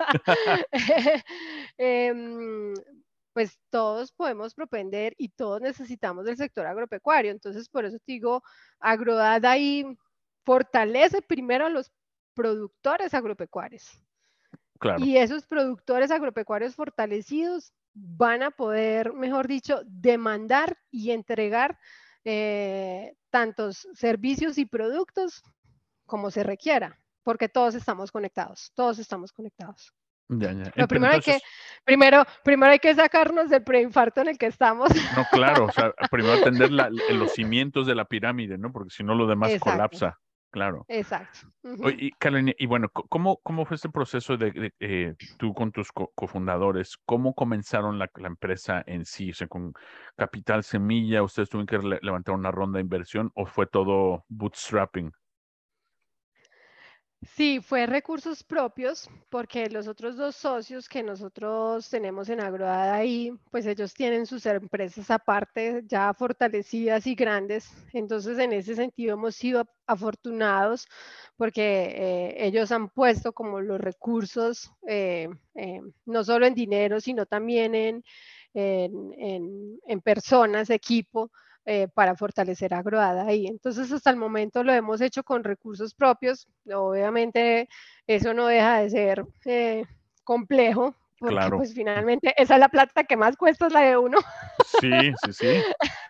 Em, pues todos podemos propender y todos necesitamos del sector agropecuario. Entonces, por eso te digo, Agrodata ahí fortalece primero a los productores agropecuarios. claro, Y esos productores agropecuarios fortalecidos van a poder, mejor dicho, demandar y entregar tantos servicios y productos como se requiera, porque todos estamos conectados, todos estamos conectados. ya, ya. Pero Pero primero hay que, entonces, primero hay que sacarnos del preinfarto en el que estamos. no, claro, o sea, primero atender los cimientos de la pirámide, ¿no? Porque si no, lo demás Exacto, colapsa, claro. exacto. Oye, Uh-huh. y Carolina, y bueno, ¿cómo fue este proceso de tú con tus cofundadores? ¿Cómo comenzaron la empresa en sí? O sea, con capital semilla, ¿ustedes tuvieron que levantar una ronda de inversión o fue todo bootstrapping? Sí, fue recursos propios, porque los otros dos socios que nosotros tenemos en Agroada ahí, pues ellos tienen sus empresas aparte, ya fortalecidas y grandes. Entonces, en ese sentido, hemos sido afortunados porque ellos han puesto como los recursos, no solo en dinero, sino también en personas, equipo para fortalecer Agroada ahí. Entonces, hasta el momento lo hemos hecho con recursos propios. Obviamente, eso no deja de ser complejo, porque Claro, pues finalmente esa es la plata que más cuesta, es la de uno. sí, sí, sí,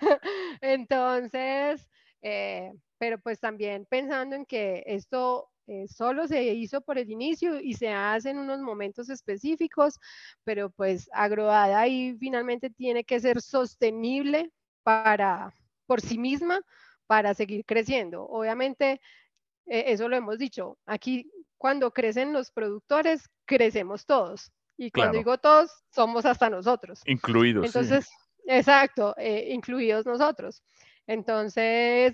Entonces, pero pues también pensando en que esto solo se hizo por el inicio y se hace en unos momentos específicos, pero pues Agroada ahí finalmente tiene que ser sostenible para, por sí misma para seguir creciendo. Obviamente, eso lo hemos dicho, aquí cuando crecen los productores, crecemos todos. Y cuando claro, digo todos, somos hasta nosotros. incluido, sí, Entonces, exacto, incluidos nosotros. Entonces,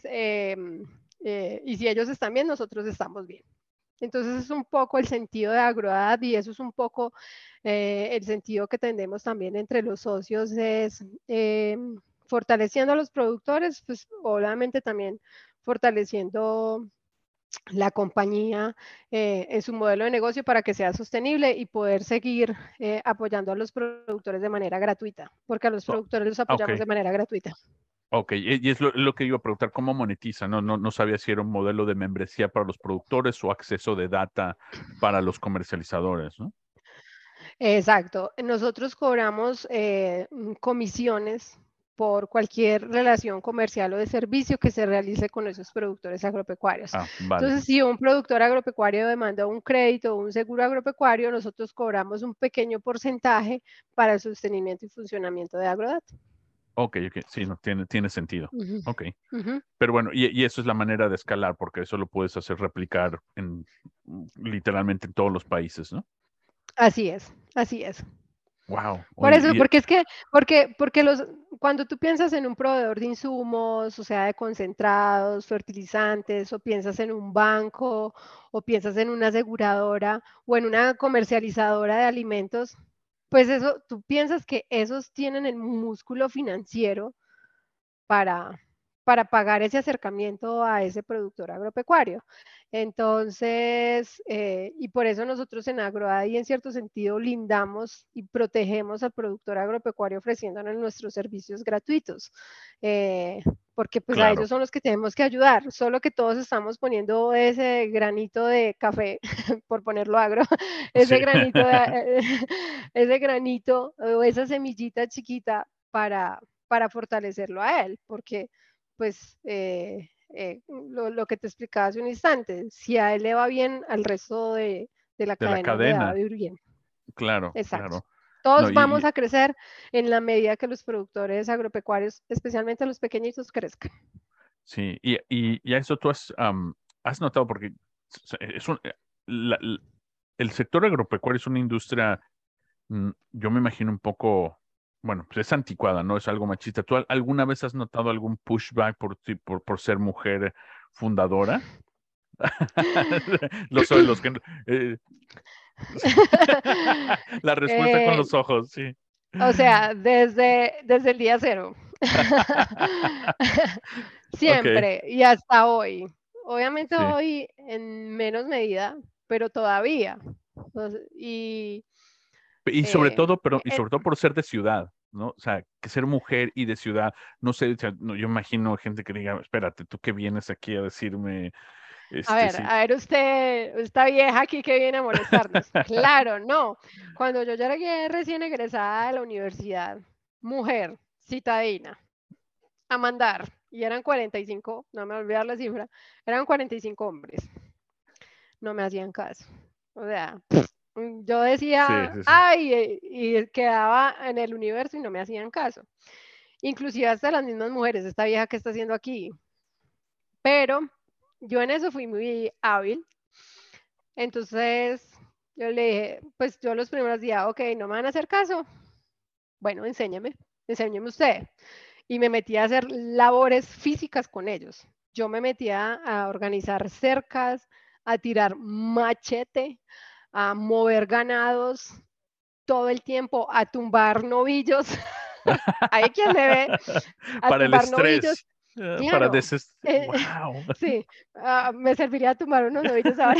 y si ellos están bien, nosotros estamos bien. Entonces es un poco el sentido de Agroad y eso es un poco el sentido que tendemos también entre los socios es fortaleciendo a los productores, pues obviamente también fortaleciendo la compañía en su modelo de negocio para que sea sostenible y poder seguir apoyando a los productores de manera gratuita, porque a los Oh, productores los ok, apoyamos de manera gratuita. ok, y es lo que iba a preguntar, ¿cómo monetiza? No sabía si era un modelo de membresía para los productores o acceso de data para los comercializadores, ¿no? Exacto. Nosotros cobramos comisiones por cualquier relación comercial o de servicio que se realice con esos productores agropecuarios. Ah, vale. Entonces, si un productor agropecuario demanda un crédito o un seguro agropecuario, nosotros cobramos un pequeño porcentaje para el sostenimiento y funcionamiento de Agrodat. Ok, ok, sí, no, tiene sentido. Ujú, Ok. ujú. Pero bueno, y eso es la manera de escalar, porque eso lo puedes hacer replicar literalmente en todos los países, ¿no? Así es, así es. Wow. Por Oye, eso, porque es que, porque cuando tú piensas en un proveedor de insumos, o sea, de concentrados, fertilizantes, o piensas en un banco, o piensas en una aseguradora, o en una comercializadora de alimentos, pues eso, tú piensas que esos tienen el músculo financiero para, para pagar ese acercamiento a ese productor agropecuario. Entonces, y por eso nosotros en AgroAI en cierto sentido lindamos y protegemos al productor agropecuario ofreciéndonos nuestros servicios gratuitos, porque pues a Claro. ellos son los que tenemos que ayudar, solo que todos estamos poniendo ese granito de café, por ponerlo agro, ese Sí. granito, ese granito o esa semillita chiquita para fortalecerlo a él, porque pues lo que te explicaba hace un instante, si a él le va bien, al resto de la De la cadena le va cadena. bien. Claro, Exacto. claro. No, Todos vamos a crecer en la medida que los productores agropecuarios, especialmente los pequeñitos, crezcan. sí, y a eso tú has notado, porque es el sector agropecuario es una industria, yo me imagino un poco, bueno, pues es anticuada, ¿no? Es algo machista. ¿Tú alguna vez has notado algún pushback por ser mujer fundadora? Los que... eh, la respuesta con Eh, los ojos, sí. o sea, desde el día cero. Ok. Siempre y hasta hoy. Obviamente Sí. hoy en menos medida, pero todavía. Y sobre Eh, todo, pero, y eh, sobre todo por ser de ciudad, ¿no? O sea, que ser mujer y de ciudad, no sé, o sea, no, yo imagino gente que diga, espérate, tú que vienes aquí a decirme, sí, a ver usted, esta vieja aquí que viene a molestarnos. Claro, no. Cuando yo llegué recién egresada de la universidad, mujer, citadina, a mandar, y eran 45, no me voy a olvidar la cifra, eran 45 hombres. No me hacían caso. O sea, yo sí, decía, sí, sí. ay, y quedaba en el universo y no me hacían caso. Inclusive hasta las mismas mujeres, esta vieja que está haciendo aquí. Pero yo en eso fui muy hábil. Entonces yo le dije, pues yo los primeros días, ok, no me van a hacer caso. Bueno, enséñeme usted. Y me metí a hacer labores físicas con ellos. Yo me metía a organizar cercas, a tirar machete, a mover ganados todo el tiempo, a tumbar novillos. Hay quien me ve a Para el tumbar novillos. estrés, para Claro, wow. sí, me serviría tumbar unos novillos ahora.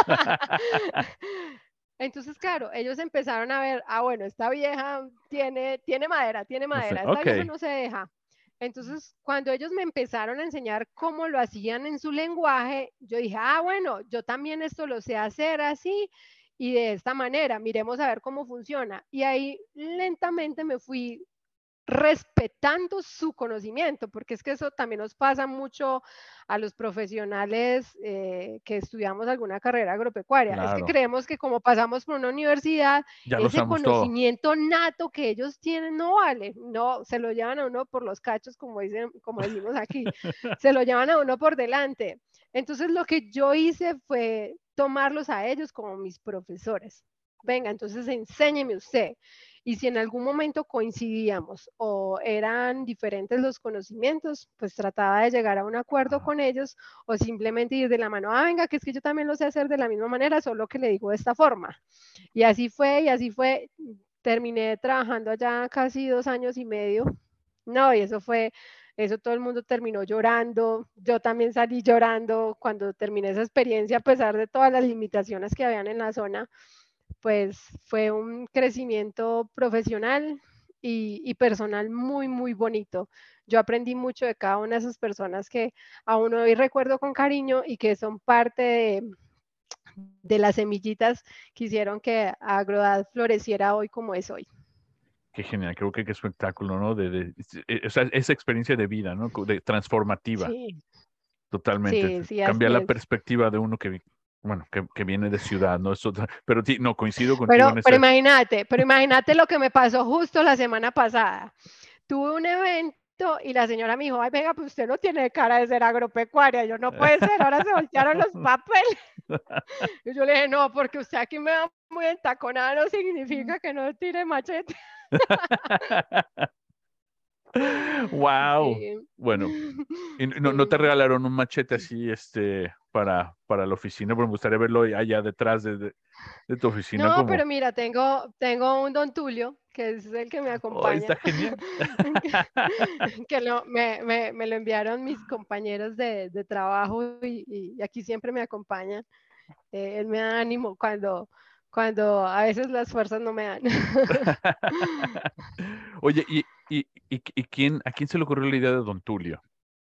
Entonces, claro, ellos empezaron a ver, bueno, esta vieja tiene No sé, madera, esta ok. vieja no se deja. Entonces, cuando ellos me empezaron a enseñar cómo lo hacían en su lenguaje, yo dije, bueno, yo también esto lo sé hacer así y de esta manera, miremos a ver cómo funciona. Y ahí lentamente me fui respetando su conocimiento, porque es que eso también nos pasa mucho a los profesionales que estudiamos alguna carrera agropecuaria. Es que Claro, creemos que como pasamos por una universidad, ya lo ese sabemos todo. conocimiento nato que ellos tienen no vale, no, se lo llevan a uno por los cachos, como decimos aquí, se lo llevan a uno por delante. Entonces lo que yo hice fue tomarlos a ellos como mis profesores. Venga, entonces enséñeme usted. Y si en algún momento coincidíamos o eran diferentes los conocimientos, pues trataba de llegar a un acuerdo Ah, con ellos o simplemente ir de la mano, venga, que es que yo también lo sé hacer de la misma manera, solo que le digo de esta forma. Y así fue. Terminé trabajando allá casi 2 años y medio. No, y eso todo el mundo terminó llorando. Yo también salí llorando cuando terminé esa experiencia, a pesar de todas las limitaciones que habían en la zona, pues fue un crecimiento profesional y personal muy, muy bonito. Yo aprendí mucho de cada una de esas personas que aún hoy recuerdo con cariño y que son parte de las semillitas que hicieron que Agrodad floreciera hoy como es hoy. qué genial, creo que qué espectáculo, ¿no? O sea, esa experiencia de vida, ¿no? Transformativa, Sí, totalmente. sí, sí, así Cambiar la es. perspectiva de uno bueno, que viene de ciudad, ¿no? Pero no, coincido contigo en Pero ese. imagínate lo que me pasó justo la semana pasada. Tuve un evento y la señora me dijo, ay, venga, pues usted no tiene cara de ser agropecuaria. Yo, no puede ser, ahora se voltearon los papeles. Y yo le dije, no, porque usted aquí me va muy entaconada, no significa que no tire machete. Wow. Sí. Bueno, y no te Sí. regalaron un machete así, para la oficina, porque me gustaría verlo allá detrás de tu oficina No, pero como. mira, tengo un don Tulio que es el que me Oh, está acompaña, genial. que me lo enviaron mis compañeros de trabajo y aquí siempre me acompaña. Él me da ánimo cuando a veces las fuerzas no me dan. Oye, ¿a quién se le ocurrió la idea de Don Tulio?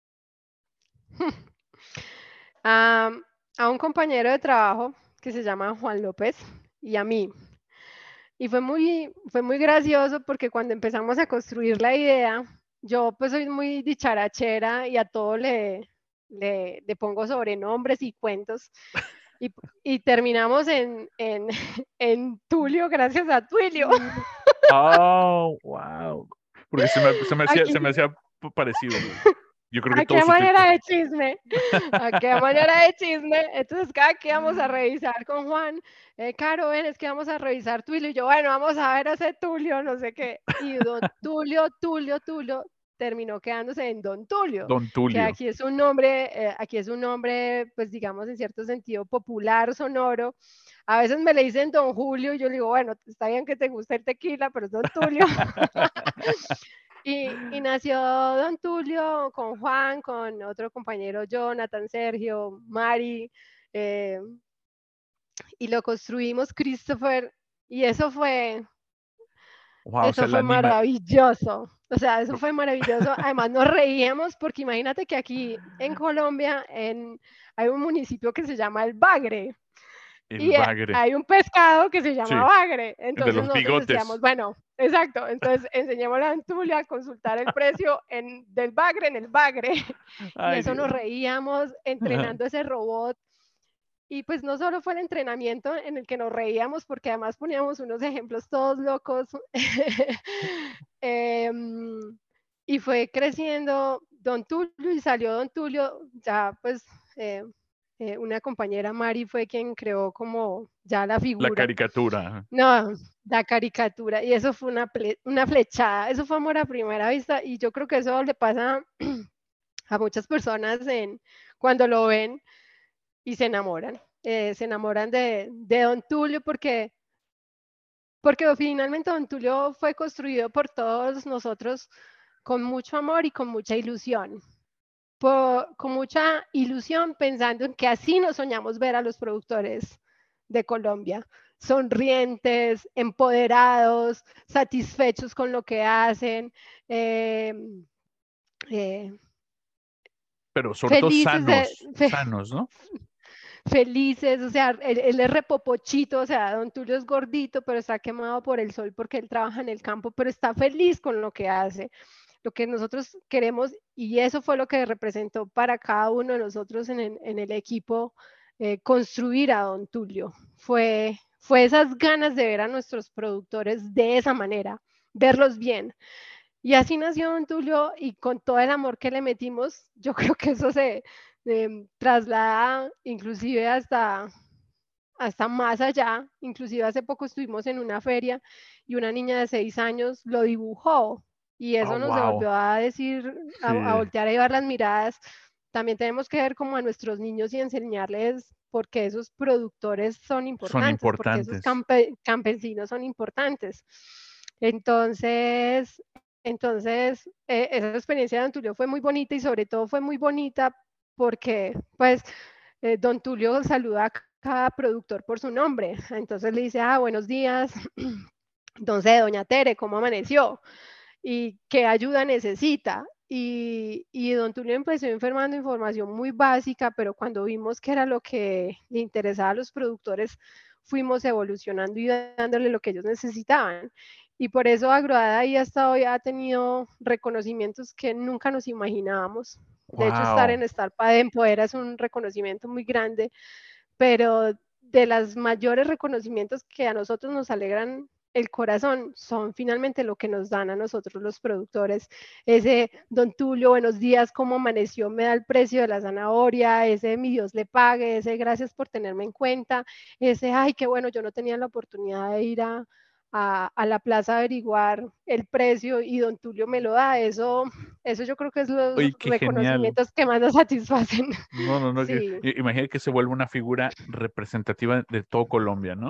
a, a un compañero de trabajo que se llama Juan López y a mí. Y fue muy gracioso porque cuando empezamos a construir la idea, yo pues soy muy dicharachera y a todo le pongo sobrenombres y cuentos. Y, y terminamos en Tulio gracias a Tulio. Oh, wow. Porque Aquí, se me hacía parecido. Yo creo que ¿a todos qué utilizan. manera de chisme? ¿A qué manera de chisme? Entonces, cada que vamos a revisar con Juan, Caro, ven, es que vamos a revisar Tulio. Y yo, bueno, vamos a ver a ese Tulio, no sé qué. Y don Tulio, terminó quedándose en Don Tulio, Don que Tulio. aquí es un nombre, pues digamos, en cierto sentido popular, sonoro. A veces me le dicen Don Julio y yo le digo, bueno, está bien que te guste el tequila, pero es Don Tulio. Y nació Don Tulio con Juan, con otro compañero Jonathan, Sergio, Mari, eh, y lo construimos Christopher, y Wow, o sea, eso la fue anima. maravilloso. O sea, eso fue maravilloso. Además nos reíamos porque imagínate que aquí en Colombia hay un municipio que se llama El Bagre. El Y bagre. hay un pescado que se llama Sí, bagre. el de Entonces los nosotros decíamos, bigotes. bueno, exacto. Entonces enseñémosle a Antulia a consultar el precio del bagre en el bagre. Y Ay, eso Dios. nos reíamos entrenando ese robot. Y pues no solo fue el entrenamiento en el que nos reíamos, porque además poníamos unos ejemplos todos locos. eh, y fue creciendo Don Tulio y salió Don Tulio, ya pues eh, una compañera Mari fue quien creó como ya la La figura. caricatura. No, la caricatura. Y eso fue una flechada, eso fue amor a primera vista y yo creo que eso le pasa a muchas personas cuando lo ven y se enamoran de Don Tulio porque finalmente Don Tulio fue construido por todos nosotros con mucho amor y con mucha ilusión. Con mucha ilusión pensando en que así nos soñamos ver a los productores de Colombia, sonrientes, empoderados, satisfechos con lo que hacen, eh, eh, Pero sobre todo felices sanos, sanos, ¿no? felices, o sea, él es repopochito, o sea, don Tulio es gordito, pero está quemado por el sol porque él trabaja en el campo, pero está feliz con lo que hace, lo que nosotros queremos, y eso fue lo que representó para cada uno de nosotros en el equipo construir a don Tulio. Fue esas ganas de ver a nuestros productores de esa manera, verlos bien. Y así nació Don Tulio y con todo el amor que le metimos, yo creo que eso se traslada inclusive hasta más allá. Inclusive hace poco estuvimos en una feria y una niña de 6 años lo dibujó y Oh, eso nos wow. volvió a decir, a Sí, voltear a llevar las miradas. También tenemos que ver como a nuestros niños y enseñarles por qué esos productores son son importantes, porque esos importantes. campesinos son importantes. Entonces, esa experiencia de Don Tulio fue muy bonita y sobre todo fue muy bonita porque, pues, Don Tulio saluda a cada productor por su nombre. Entonces le dice, buenos días, entonces, doña Tere, ¿cómo amaneció? ¿Y qué ayuda necesita? Y don Tulio empezó informando información muy básica, pero cuando vimos que era lo que le interesaba a los productores, fuimos evolucionando y dándole lo que ellos necesitaban. Y por eso Agroada ahí hasta hoy ha tenido reconocimientos que nunca nos imaginábamos. De hecho, estar Wow. en Startup de Empodera es un reconocimiento muy grande, pero de los mayores reconocimientos que a nosotros nos alegran el corazón son finalmente lo que nos dan a nosotros los productores. Ese don Tulio, buenos días, ¿cómo amaneció? Me da el precio de la zanahoria, ese mi Dios le pague, ese gracias por tenerme en cuenta, ese ay, qué bueno, yo no tenía la oportunidad de ir a la plaza a averiguar el precio y don Tulio me lo da. Eso yo creo que es los Oye, qué genial. reconocimientos que más nos satisfacen. No, no, no. Sí. Imagina que se vuelve una figura representativa de todo Colombia, ¿no?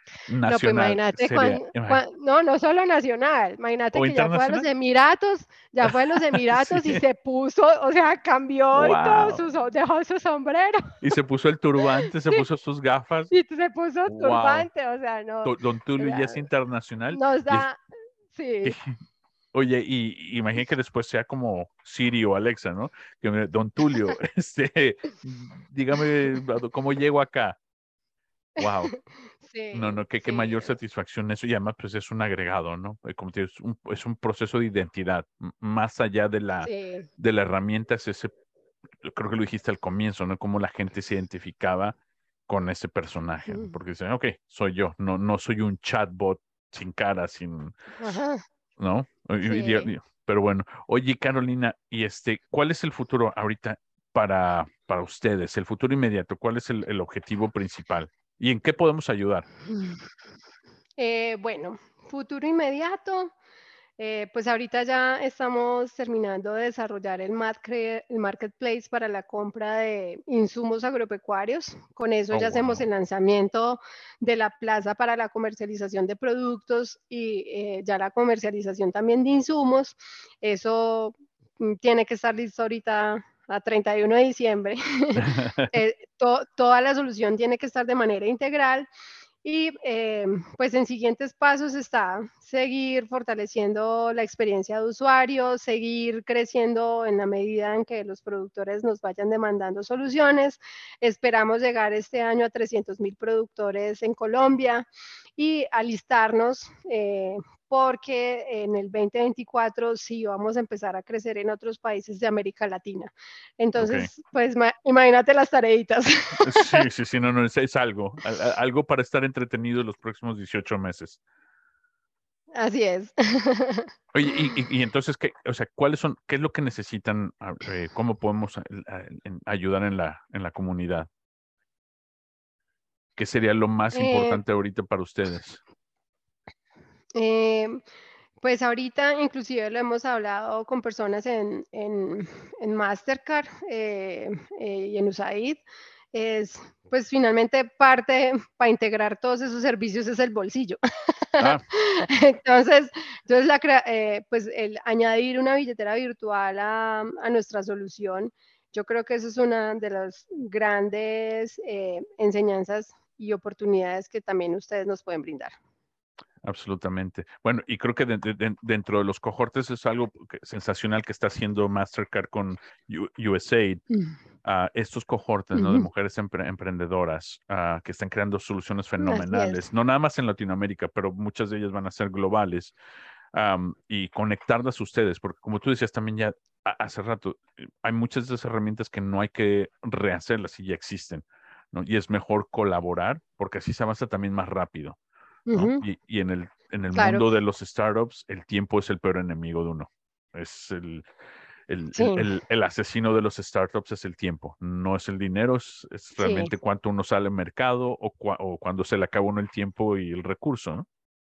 No, pues nacional imagínate, sería, no, no solo nacional, imagínate o que internacional. Ya fue a los Sí, Emiratos y se puso, o sea, cambió y todo, wow. dejó su sombrero, Y se puso el turbante, se sí, puso sus gafas. y se puso Wow. turbante, o sea, no, Don o Tulio ya sea, es internacional. nos Y es, da, sí, oye, y imagina que después sea como Siri o Alexa, ¿no? Don Tulio, dígame cómo llego acá. Wow. No, sí, no, qué mayor sí, satisfacción eso y además pues es un agregado, ¿no? Como te digo, es un proceso de identidad, más allá sí, de la herramienta, es ese, yo creo que lo dijiste al comienzo, ¿no? Cómo la gente se identificaba con ese personaje, ¿no? mm, Porque dicen, ok, soy yo, no, no soy un chatbot sin cara, sin, ajá, ¿no? sí. Pero bueno, oye, Carolina, y ¿cuál es el futuro ahorita para ustedes? El futuro inmediato, ¿cuál es el objetivo principal? ¿Y en qué podemos ayudar? Bueno, futuro inmediato. Pues ahorita ya estamos terminando de desarrollar el marketplace para la compra de insumos agropecuarios. Con eso Oh, ya hacemos wow. el lanzamiento de la plaza para la comercialización de productos y ya la comercialización también de insumos. Eso tiene que estar listo ahorita a 31 de diciembre. Toda la solución tiene que estar de manera integral y pues en siguientes pasos está seguir fortaleciendo la experiencia de usuario, seguir creciendo en la medida en que los productores nos vayan demandando soluciones. Esperamos llegar este año a 300.000 productores en Colombia y alistarnos porque en el 2024 sí vamos a empezar a crecer en otros países de América Latina. Ok. Entonces, pues imagínate las tareitas. Sí, sí, sí, no, no, es algo, algo para estar entretenido los próximos 18 meses. Así es. Oye, y entonces, o sea, qué es lo que necesitan? ¿Cómo podemos ayudar en la comunidad? ¿Qué sería lo más Eh, importante ahorita para ustedes? eh, pues ahorita inclusive lo hemos hablado con personas en Mastercard y en USAID. Es, pues finalmente parte para integrar todos esos servicios es el bolsillo. Ah, Entonces, pues el añadir una billetera virtual a nuestra solución, yo creo que eso es una de las grandes enseñanzas y oportunidades que también ustedes nos pueden brindar. absolutamente. Bueno, y creo que dentro de los cohortes es algo sensacional que está haciendo Mastercard con USAID. Mm, Estos cohortes, ¿no? De ujú, mujeres emprendedoras que están creando soluciones así es. fenomenales, no nada más en Latinoamérica, pero muchas de ellas van a ser globales, y conectarlas a ustedes, porque como tú decías también ya hace rato, hay muchas de esas herramientas que no hay que rehacerlas y ya existen, ¿no? Y es mejor colaborar porque así se avanza también más rápido, ¿no? Ujú, Y en el claro, mundo de los startups, el tiempo es el peor enemigo de uno. Es sí, el asesino de los startups es el tiempo, no es el dinero, es sí, realmente cuánto uno sale al mercado o cuando se le acaba uno el tiempo y el recurso, ¿no?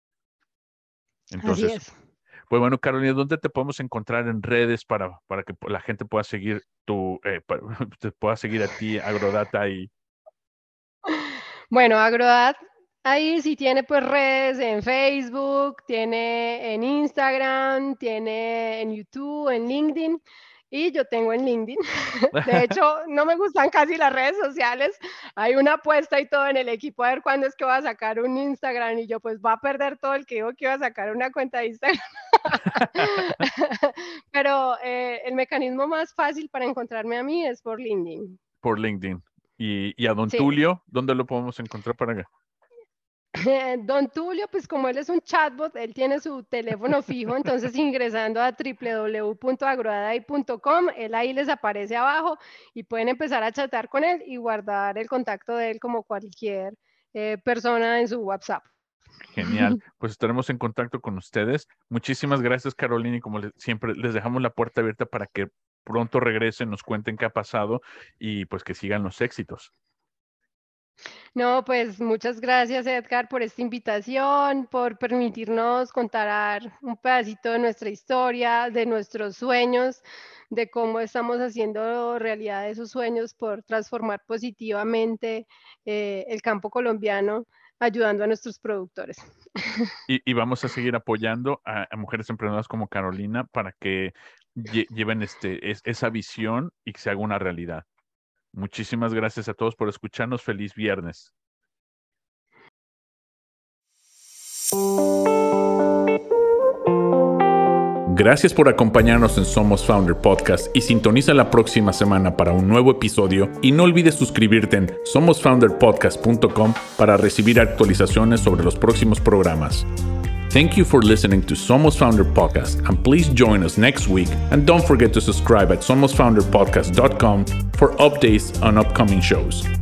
así Entonces, es. pues bueno, Carolina, ¿dónde te podemos encontrar en redes para que la gente pueda seguir te pueda seguir a ti, Agrodata y Bueno, Agroad, ahí sí tiene pues redes en Facebook, tiene en Instagram, tiene en YouTube, en LinkedIn. Y yo tengo en LinkedIn. De hecho, no me gustan casi las redes sociales. Hay una apuesta y todo en el equipo a ver cuándo es que va a sacar un Instagram. Y yo, pues va a perder todo el que digo que iba a sacar una cuenta de Instagram. Pero el mecanismo más fácil para encontrarme a mí es por LinkedIn. por LinkedIn. Y a Don Sí. Tulio, ¿dónde lo podemos encontrar para acá? Don Tulio, pues como él es un chatbot, él tiene su teléfono fijo, entonces ingresando a www.agrodaddy.com, él ahí les aparece abajo y pueden empezar a chatar con él y guardar el contacto de él como cualquier persona en su WhatsApp. Genial, pues estaremos en contacto con ustedes. Muchísimas gracias, Carolina, y como siempre, les dejamos la puerta abierta para que pronto regresen, nos cuenten qué ha pasado y pues que sigan los éxitos. No, pues muchas gracias Edgar por esta invitación, por permitirnos contar un pedacito de nuestra historia, de nuestros sueños, de cómo estamos haciendo realidad esos sueños por transformar positivamente el campo colombiano ayudando a nuestros productores. Y vamos a seguir apoyando a mujeres emprendedoras como Carolina para que lleven esa visión y que se haga una realidad. Muchísimas gracias a todos por escucharnos. Feliz viernes. Gracias por acompañarnos en Somos Founder Podcast y sintoniza la próxima semana para un nuevo episodio y no olvides suscribirte en somosfounderpodcast.com para recibir actualizaciones sobre los próximos programas. Thank you for listening to Somos Founder Podcast, and please join us next week, and don't forget to subscribe at somosfounderpodcast.com for updates on upcoming shows.